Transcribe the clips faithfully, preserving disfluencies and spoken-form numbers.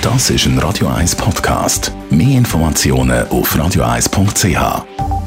Das ist ein Radio eins Podcast. Mehr Informationen auf radio eins punkt c h.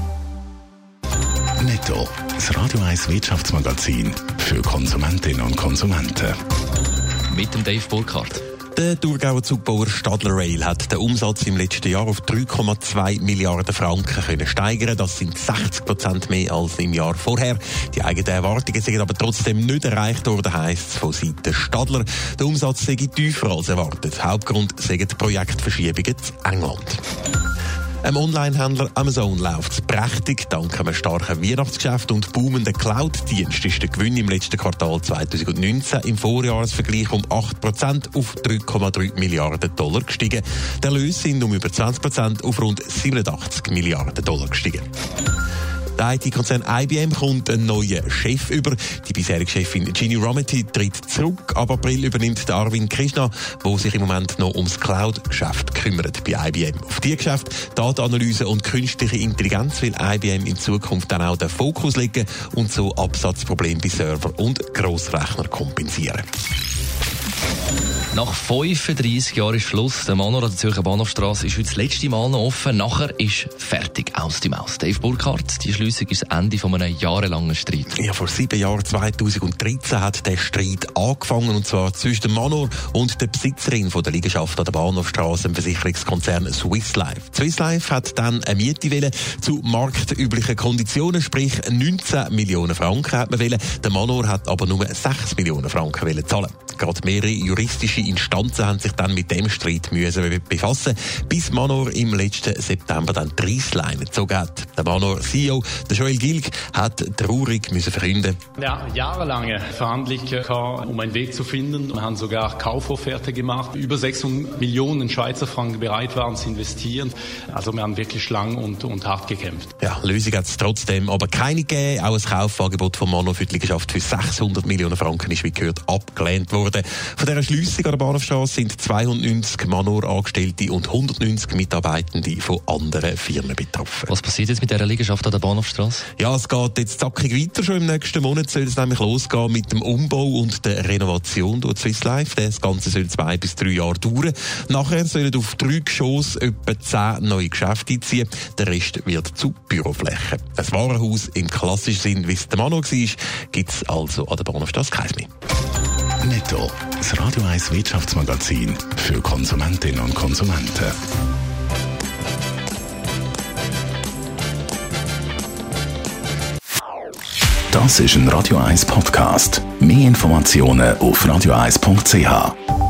Netto, das Radio eins Wirtschaftsmagazin für Konsumentinnen und Konsumenten. Mit dem Dave Burkhardt. Der Thurgauer Zugbauer Stadler Rail hat den Umsatz im letzten Jahr auf drei Komma zwei Milliarden Franken können steigern. Das sind sechzig Prozent mehr als im Jahr vorher. Die eigenen Erwartungen sind aber trotzdem nicht erreicht worden, heisst es von Seiten Stadler. Der Umsatz sei tiefer als erwartet. Hauptgrund sind die Projektverschiebungen zu England. Am Online-Händler Amazon läuft es prächtig. Dank einem starken Weihnachtsgeschäft und boomenden Cloud-Dienst ist der Gewinn im letzten Quartal zwanzig neunzehn im Vorjahresvergleich um acht Prozent auf drei Komma drei Milliarden Dollar gestiegen. Die Erlöse sind um über zwanzig Prozent auf rund siebenundachtzig Milliarden Dollar gestiegen. Der I T-Konzern I B M kommt einen neuen Chef über. Die bisherige Chefin Ginny Rometty tritt zurück. Ab April übernimmt der Arvind Krishna, der sich im Moment noch ums Cloud-Geschäft kümmert bei I B M. Auf diese Geschäfte, Datenanalyse und künstliche Intelligenz will I B M in Zukunft dann auch den Fokus legen und so Absatzprobleme bei Server und Grossrechner kompensieren. Nach fünfunddreissig Jahren ist Schluss. Der Manor an der Zürcher Bahnhofstrasse ist heute das letzte Mal noch offen. Nachher ist fertig, aus die Maus. Dave Burkhardt, die Schliessung ist das Ende von einem jahrelangen Streit. Ja, vor sieben Jahren, zweitausenddreizehn, hat der Streit angefangen. Und zwar zwischen dem Manor und der Besitzerin von der Liegenschaft an der Bahnhofstrasse, dem Versicherungskonzern Swiss Life. Swiss Life hat dann eine Miete wollen, zu marktüblichen Konditionen, sprich neunzehn Millionen Franken hat man wollen. Der Manor hat aber nur sechs Millionen Franken wollen zahlen. Gerade mehrere juristische Instanzen haben sich dann mit dem Streit müssen befassen, bis Manor im letzten September dann die Reissleine gezogen hat. Der Manor C E O, der Joel Gilg, hat traurig müssen verkünden. Ja, jahrelange Verhandlungen, um einen Weg zu finden. Wir haben sogar Kaufofferte gemacht, über sechshundert Millionen Schweizer Franken bereit waren zu investieren. Also wir haben wirklich lang und, und hart gekämpft. Ja, Lösung hat es trotzdem aber keine gegeben. Auch ein Kaufangebot von Manor für die Liegenschaft für sechshundert Millionen Franken ist, wie gehört, abgelehnt worden. Von dieser Schliessung an der Bahnhofstrasse sind zweihundertneunzig Manor-Angestellte und hundertneunzig Mitarbeitende von anderen Firmen betroffen. Was passiert jetzt mit dieser Liegenschaft an der Bahnhofstrasse? Ja, es geht jetzt zackig weiter. Schon im nächsten Monat soll es nämlich losgehen mit dem Umbau und der Renovation durch Swiss Life. Das Ganze soll zwei bis drei Jahre dauern. Nachher sollen auf drei Geschossen etwa zehn neue Geschäfte einziehen. Der Rest wird zu Büroflächen. Ein Warenhaus im klassischen Sinn, wie es der Manor war, gibt es also an der Bahnhofstrasse keins mehr. Netto, das Radio eins Wirtschaftsmagazin für Konsumentinnen und Konsumenten. Das ist ein Radio eins Podcast. Mehr Informationen auf radio eins punkt c h.